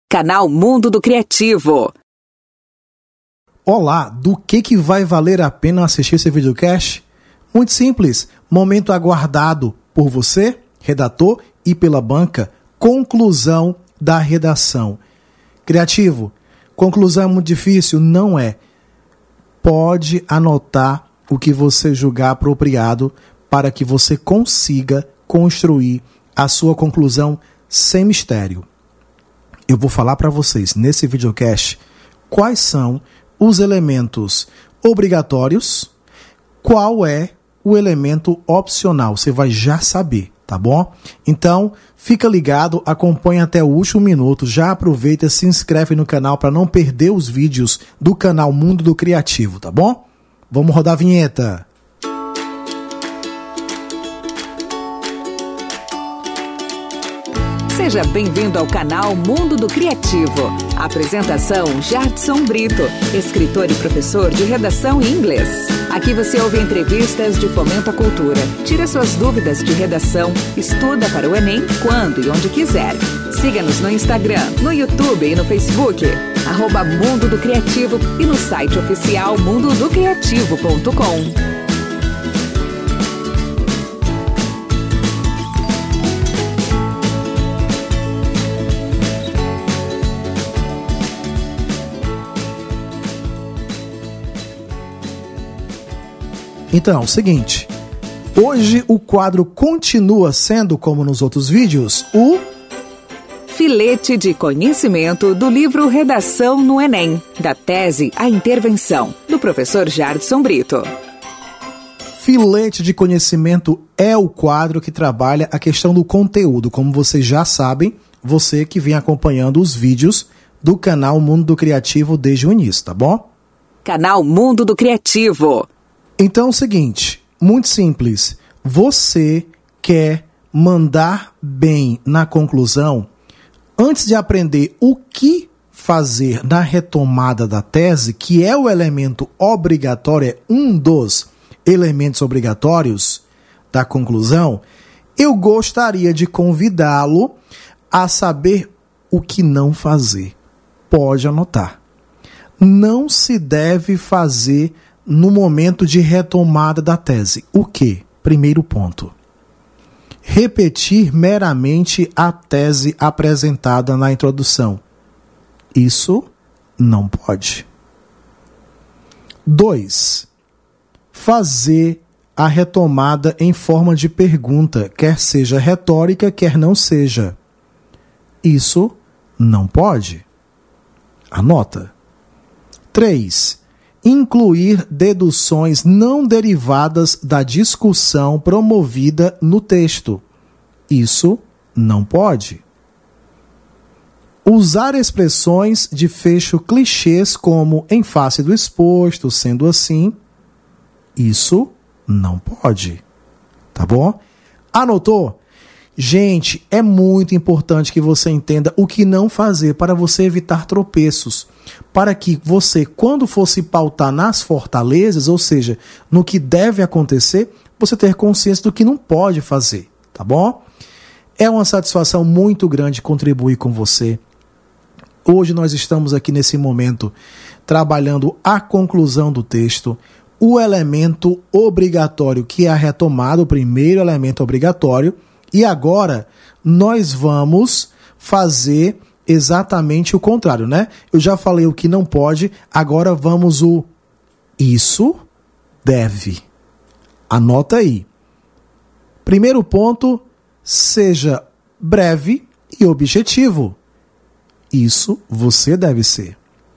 Canal Mundo do Criativo. Olá, do que vai valer a pena assistir esse videocast? Muito simples, momento aguardado por você, redator, e pela banca, conclusão da redação. Criativo, conclusão é muito difícil? Não é. Pode anotar o que você julgar apropriado para que você consiga construir a sua conclusão sem mistério. Eu vou falar para vocês nesse videocast quais são os elementos obrigatórios, qual é o elemento opcional. Você vai já saber, tá bom? Então, fica ligado, acompanha até o último minuto, já aproveita e se inscreve no canal para não perder os vídeos do canal Mundo do Criativo, tá bom? Vamos rodar a vinheta. Seja bem-vindo ao canal Mundo do Criativo. Apresentação Jardson Brito, escritor e professor de redação em inglês. Aqui você ouve entrevistas de fomento à cultura, tira suas dúvidas de redação, estuda para o Enem quando e onde quiser. Siga-nos no Instagram, no YouTube e no Facebook, @Mundo do Criativo e no site oficial mundodocriativo.com. Então, seguinte, hoje o quadro continua sendo, como nos outros vídeos, o Filete de conhecimento do livro Redação no Enem, da tese à intervenção, do professor Jardson Brito. Filete de conhecimento é o quadro que trabalha a questão do conteúdo, como vocês já sabem, você que vem acompanhando os vídeos do canal Mundo do Criativo desde o início, tá bom? Canal Mundo do Criativo. Então é o seguinte, muito simples, você quer mandar bem na conclusão, antes de aprender o que fazer na retomada da tese, que é o elemento obrigatório, é um dos elementos obrigatórios da conclusão, eu gostaria de convidá-lo a saber o que não fazer. Pode anotar. Não se deve fazer no momento de retomada da tese. O quê? Primeiro ponto. Repetir meramente a tese apresentada na introdução. Isso não pode. 2. Fazer a retomada em forma de pergunta, quer seja retórica, quer não seja. Isso não pode. Anota. 3. Incluir deduções não derivadas da discussão promovida no texto. Isso não pode. Usar expressões de fecho clichês como em face do exposto, sendo assim. Isso não pode. Tá bom? Anotou? Gente, é muito importante que você entenda o que não fazer para você evitar tropeços. Para que você, quando for se pautar nas fortalezas, ou seja, no que deve acontecer, você ter consciência do que não pode fazer, tá bom? É uma satisfação muito grande contribuir com você. Hoje nós estamos aqui nesse momento trabalhando a conclusão do texto, o elemento obrigatório, que é a retomada, o primeiro elemento obrigatório, e agora nós vamos fazer exatamente o contrário, né? Eu já falei o que não pode, agora vamos o isso deve. Anota aí. Primeiro ponto, seja breve e objetivo. Isso você deve ser.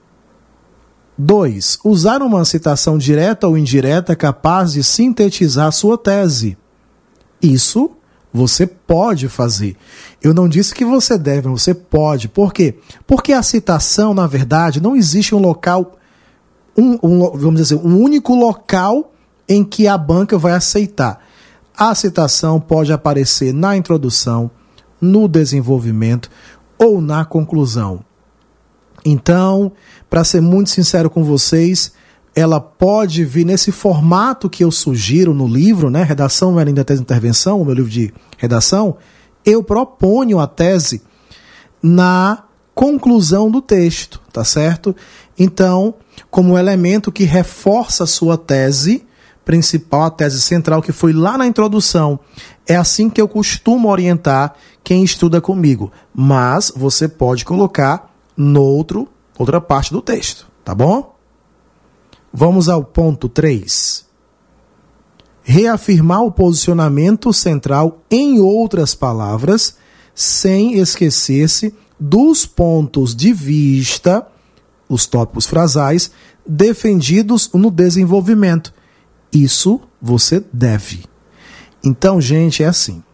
2. Usar uma citação direta ou indireta capaz de sintetizar sua tese. Isso você pode fazer. Eu não disse que você deve, mas você pode. Por quê? Porque a citação, na verdade, não existe um local, vamos dizer assim, um único local em que a banca vai aceitar. A citação pode aparecer na introdução, no desenvolvimento ou na conclusão. Então, para ser muito sincero com vocês, ela pode vir nesse formato que eu sugiro no livro, né? Redação além da tese de intervenção, o meu livro de redação, eu proponho a tese na conclusão do texto, tá certo? Então, como elemento que reforça a sua tese principal, a tese central que foi lá na introdução, é assim que eu costumo orientar quem estuda comigo, mas você pode colocar outra parte do texto, tá bom? Vamos ao ponto 3. Reafirmar o posicionamento central, em outras palavras, sem esquecer-se dos pontos de vista, os tópicos frasais, defendidos no desenvolvimento. Isso você deve. Então, gente, é assim.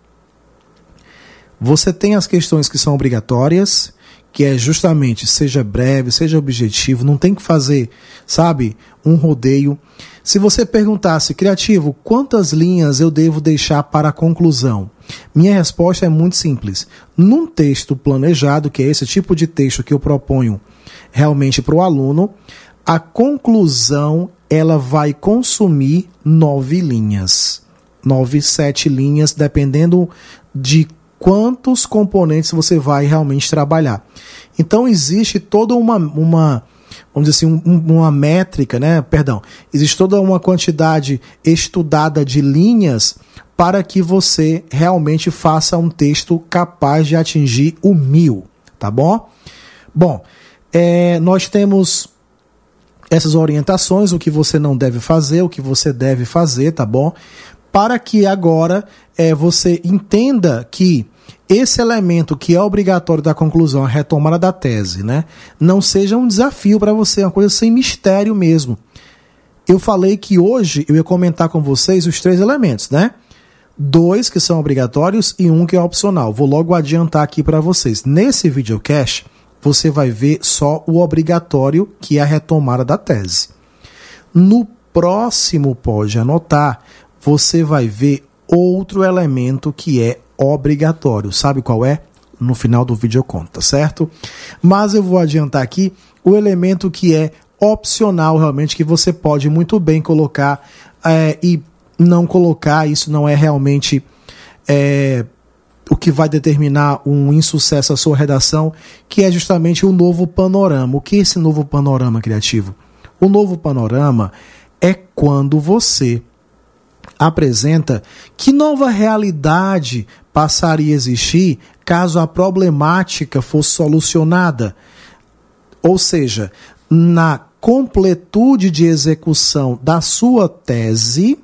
Você tem as questões que são obrigatórias, que é justamente, seja breve, seja objetivo, não tem que fazer, sabe, um rodeio. Se você perguntasse, criativo, quantas linhas eu devo deixar para a conclusão? Minha resposta é muito simples. Num texto planejado, que é esse tipo de texto que eu proponho realmente para o aluno, a conclusão ela vai consumir 9 linhas. 9, 7 linhas, dependendo de quantos componentes você vai realmente trabalhar. Então existe toda uma vamos dizer assim, uma métrica, né? Perdão, existe toda uma quantidade estudada de linhas para que você realmente faça um texto capaz de atingir o 1000, tá bom? Bom, nós temos essas orientações, o que você não deve fazer, o que você deve fazer, tá bom? Para que agora você entenda que esse elemento que é obrigatório da conclusão, a retomada da tese, né, não seja um desafio para você, uma coisa sem mistério mesmo. Eu falei que hoje eu ia comentar com vocês os 3 elementos, né? 2 que são obrigatórios e 1 que é opcional. Vou logo adiantar aqui para vocês. Nesse videocast, você vai ver só o obrigatório, que é a retomada da tese. No próximo, pode anotar, você vai ver outro elemento que é obrigatório. Sabe qual é? No final do vídeo eu conto, tá certo? Mas eu vou adiantar aqui o elemento que é opcional, realmente, que você pode muito bem colocar e não colocar. Isso não é realmente o que vai determinar um insucesso à sua redação, que é justamente o novo panorama. O que é esse novo panorama criativo? O novo panorama é quando você apresenta que nova realidade passaria a existir caso a problemática fosse solucionada. Ou seja, na completude de execução da sua tese,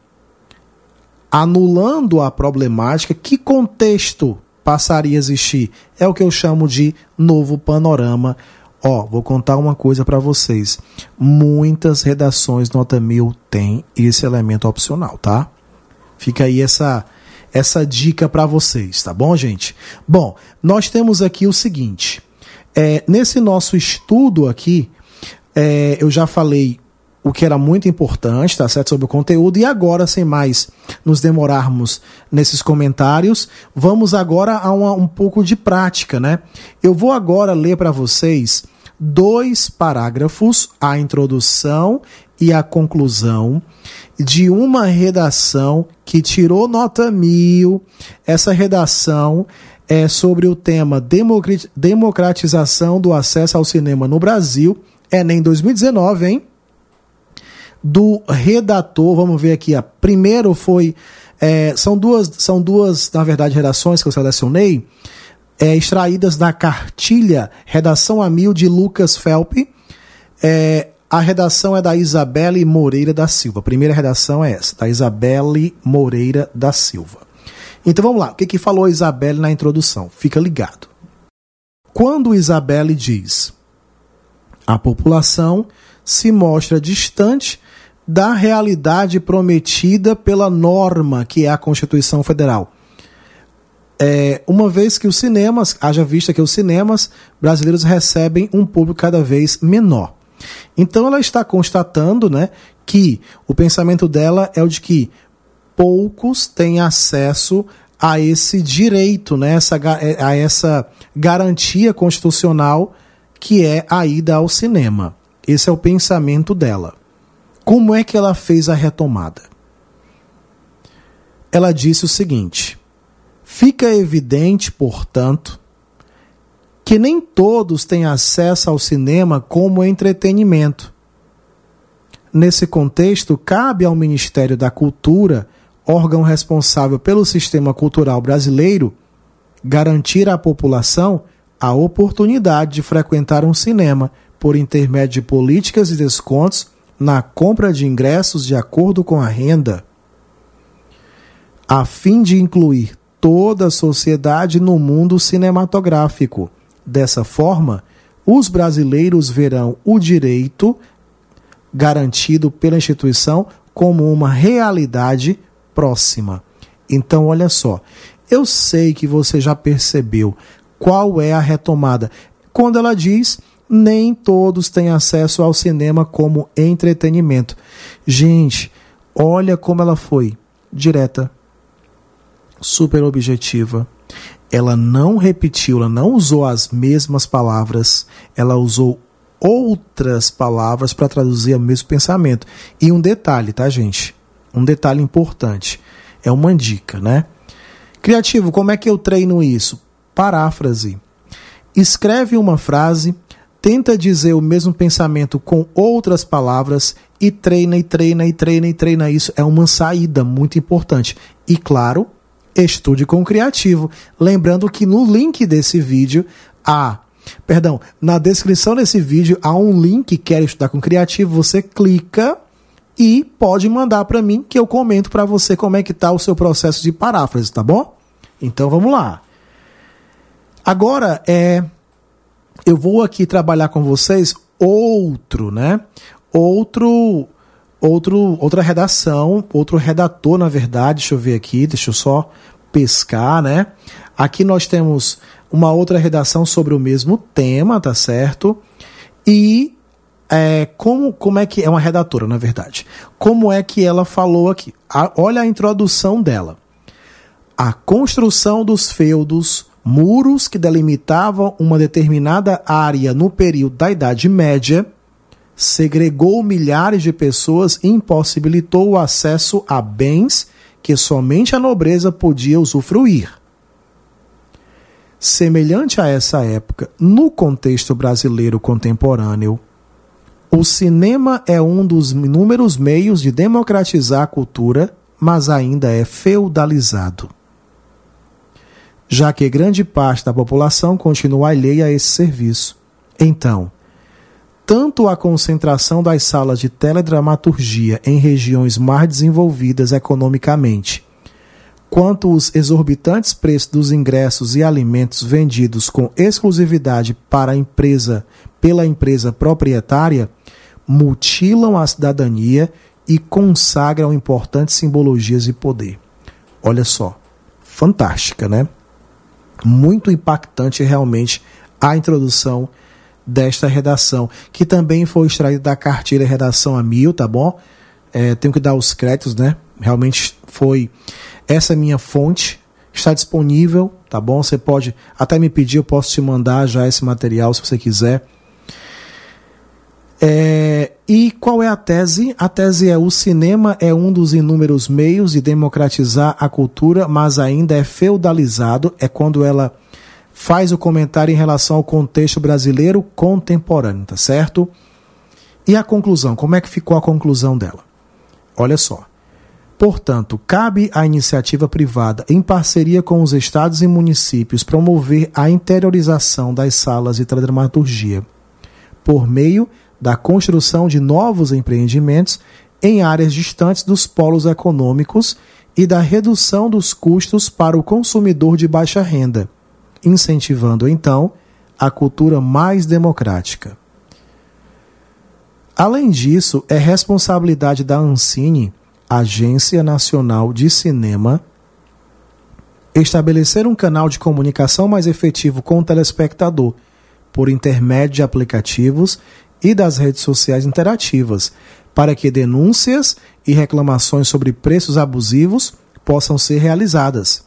anulando a problemática, que contexto passaria a existir? É o que eu chamo de novo panorama. Vou contar uma coisa para vocês. Muitas redações nota 1000 têm esse elemento opcional, tá? Fica aí essa dica para vocês, tá bom, gente? Bom, nós temos aqui o seguinte. Nesse nosso estudo aqui, eu já falei o que era muito importante, tá certo, sobre o conteúdo, e agora, sem mais nos demorarmos nesses comentários, vamos agora a um pouco de prática, né? Eu vou agora ler para vocês 2 parágrafos, a introdução e a conclusão, de uma redação que tirou nota 1000. Essa redação é sobre o tema democratização do acesso ao cinema no Brasil, Enem 2019, hein? Do redator, vamos ver aqui, primeiro foi, são duas, na verdade, redações que eu selecionei, extraídas da cartilha Redação a 1000 de Lucas Felpe. A redação é da Isabelle Moreira da Silva. A primeira redação é essa, da Isabelle Moreira da Silva. Então vamos lá, o que falou a Isabelle na introdução? Fica ligado. Quando Isabelle diz: a população se mostra distante da realidade prometida pela norma, que é a Constituição Federal. Uma vez que os cinemas, haja vista que os cinemas brasileiros recebem um público cada vez menor. Então ela está constatando, né, que o pensamento dela é o de que poucos têm acesso a esse direito, né, a essa garantia constitucional que é a ida ao cinema. Esse é o pensamento dela. Como é que ela fez a retomada? Ela disse o seguinte: fica evidente, portanto, que nem todos têm acesso ao cinema como entretenimento. Nesse contexto, cabe ao Ministério da Cultura, órgão responsável pelo sistema cultural brasileiro, garantir à população a oportunidade de frequentar um cinema por intermédio de políticas e descontos na compra de ingressos de acordo com a renda, a fim de incluir toda a sociedade no mundo cinematográfico. Dessa forma, os brasileiros verão o direito garantido pela instituição como uma realidade próxima. Então, olha só, eu sei que você já percebeu qual é a retomada. Quando ela diz, nem todos têm acesso ao cinema como entretenimento. Gente, olha como ela foi direta, super objetiva. Ela não repetiu, ela não usou as mesmas palavras, ela usou outras palavras para traduzir o mesmo pensamento. E um detalhe, tá, gente? Um detalhe importante. É uma dica, né? Criativo, como é que eu treino isso? Paráfrase. Escreve uma frase, tenta dizer o mesmo pensamento com outras palavras e treina, e treina, e treina, e treina. Isso é uma saída muito importante. E claro, estude com o criativo. Lembrando que no link desse vídeo, na descrição desse vídeo, há um link, quer estudar com criativo, você clica e pode mandar para mim que eu comento para você como é que está o seu processo de paráfrase, tá bom? Então vamos lá. Agora, eu vou aqui trabalhar com vocês outra redação, outro redator, na verdade. Deixa eu ver aqui, deixa eu só pescar, né? Aqui nós temos uma outra redação sobre o mesmo tema, tá certo? E como é que é uma redatora, na verdade? Como é que ela falou aqui? Olha a introdução dela. A construção dos feudos, muros que delimitavam uma determinada área no período da Idade Média, segregou milhares de pessoas e impossibilitou o acesso a bens que somente a nobreza podia usufruir. Semelhante a essa época, no contexto brasileiro contemporâneo, o cinema é um dos inúmeros meios de democratizar a cultura, mas ainda é feudalizado, já que grande parte da população continua alheia a esse serviço. Então, tanto a concentração das salas de teledramaturgia em regiões mais desenvolvidas economicamente, quanto os exorbitantes preços dos ingressos e alimentos vendidos com exclusividade pela empresa proprietária, mutilam a cidadania e consagram importantes simbologias de poder. Olha só, fantástica, né? Muito impactante realmente a introdução desta redação, que também foi extraída da cartilha Redação a 1000, tá bom? Tenho que dar os créditos, né? Realmente foi essa minha fonte, está disponível, tá bom? Você pode até me pedir, eu posso te mandar já esse material se você quiser. E qual é a tese? A tese é: o cinema é um dos inúmeros meios de democratizar a cultura, mas ainda é feudalizado. É quando ela faz o comentário em relação ao contexto brasileiro contemporâneo, tá certo? E a conclusão, como é que ficou a conclusão dela? Olha só. Portanto, cabe à iniciativa privada, em parceria com os estados e municípios, promover a interiorização das salas de teledramaturgia, por meio da construção de novos empreendimentos em áreas distantes dos polos econômicos e da redução dos custos para o consumidor de baixa renda, incentivando, então, a cultura mais democrática. Além disso, é responsabilidade da Ancine, Agência Nacional de Cinema, estabelecer um canal de comunicação mais efetivo com o telespectador, por intermédio de aplicativos e das redes sociais interativas, para que denúncias e reclamações sobre preços abusivos possam ser realizadas.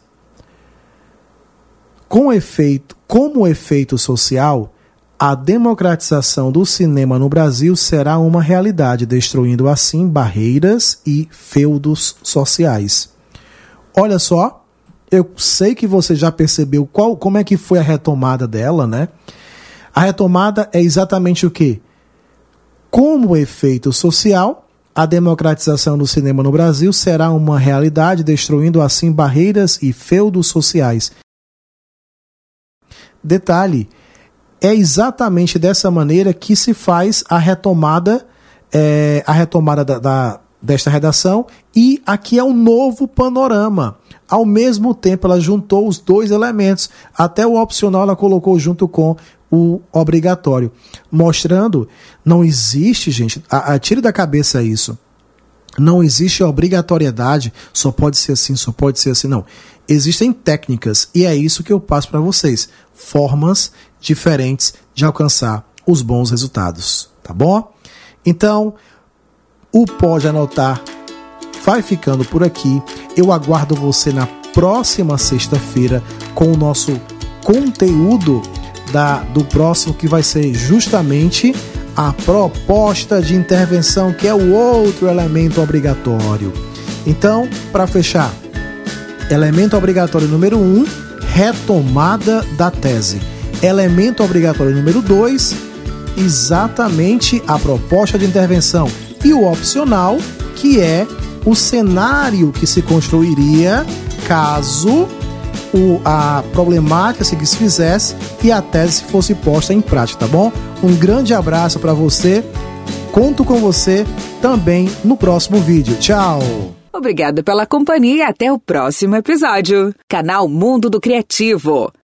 Como efeito social, a democratização do cinema no Brasil será uma realidade, destruindo assim barreiras e feudos sociais. Olha só, Eu sei que você já percebeu como é que foi a retomada dela, né? A retomada é exatamente o quê? Como efeito social, a democratização do cinema no Brasil será uma realidade, destruindo assim barreiras e feudos sociais. Detalhe, é exatamente dessa maneira que se faz a retomada desta redação, e aqui é um novo panorama. Ao mesmo tempo, ela juntou os dois elementos, até o opcional ela colocou junto com o obrigatório, mostrando, não existe, gente, tire da cabeça isso, não existe obrigatoriedade, só pode ser assim, não. Existem técnicas, e é isso que eu passo para vocês, formas diferentes de alcançar os bons resultados, tá bom? Então, o Pode Anotar vai ficando por aqui. Eu aguardo você na próxima sexta-feira com o nosso conteúdo do próximo, que vai ser justamente a proposta de intervenção, que é o outro elemento obrigatório. Então, para fechar, elemento obrigatório número 1, retomada da tese. Elemento obrigatório número 2, exatamente a proposta de intervenção. E o opcional, que é o cenário que se construiria caso a problemática se desfizesse e a tese fosse posta em prática, tá bom? Um grande abraço para você. Conto com você também no próximo vídeo. Tchau! Obrigada pela companhia e até o próximo episódio. Canal Mundo do Criativo.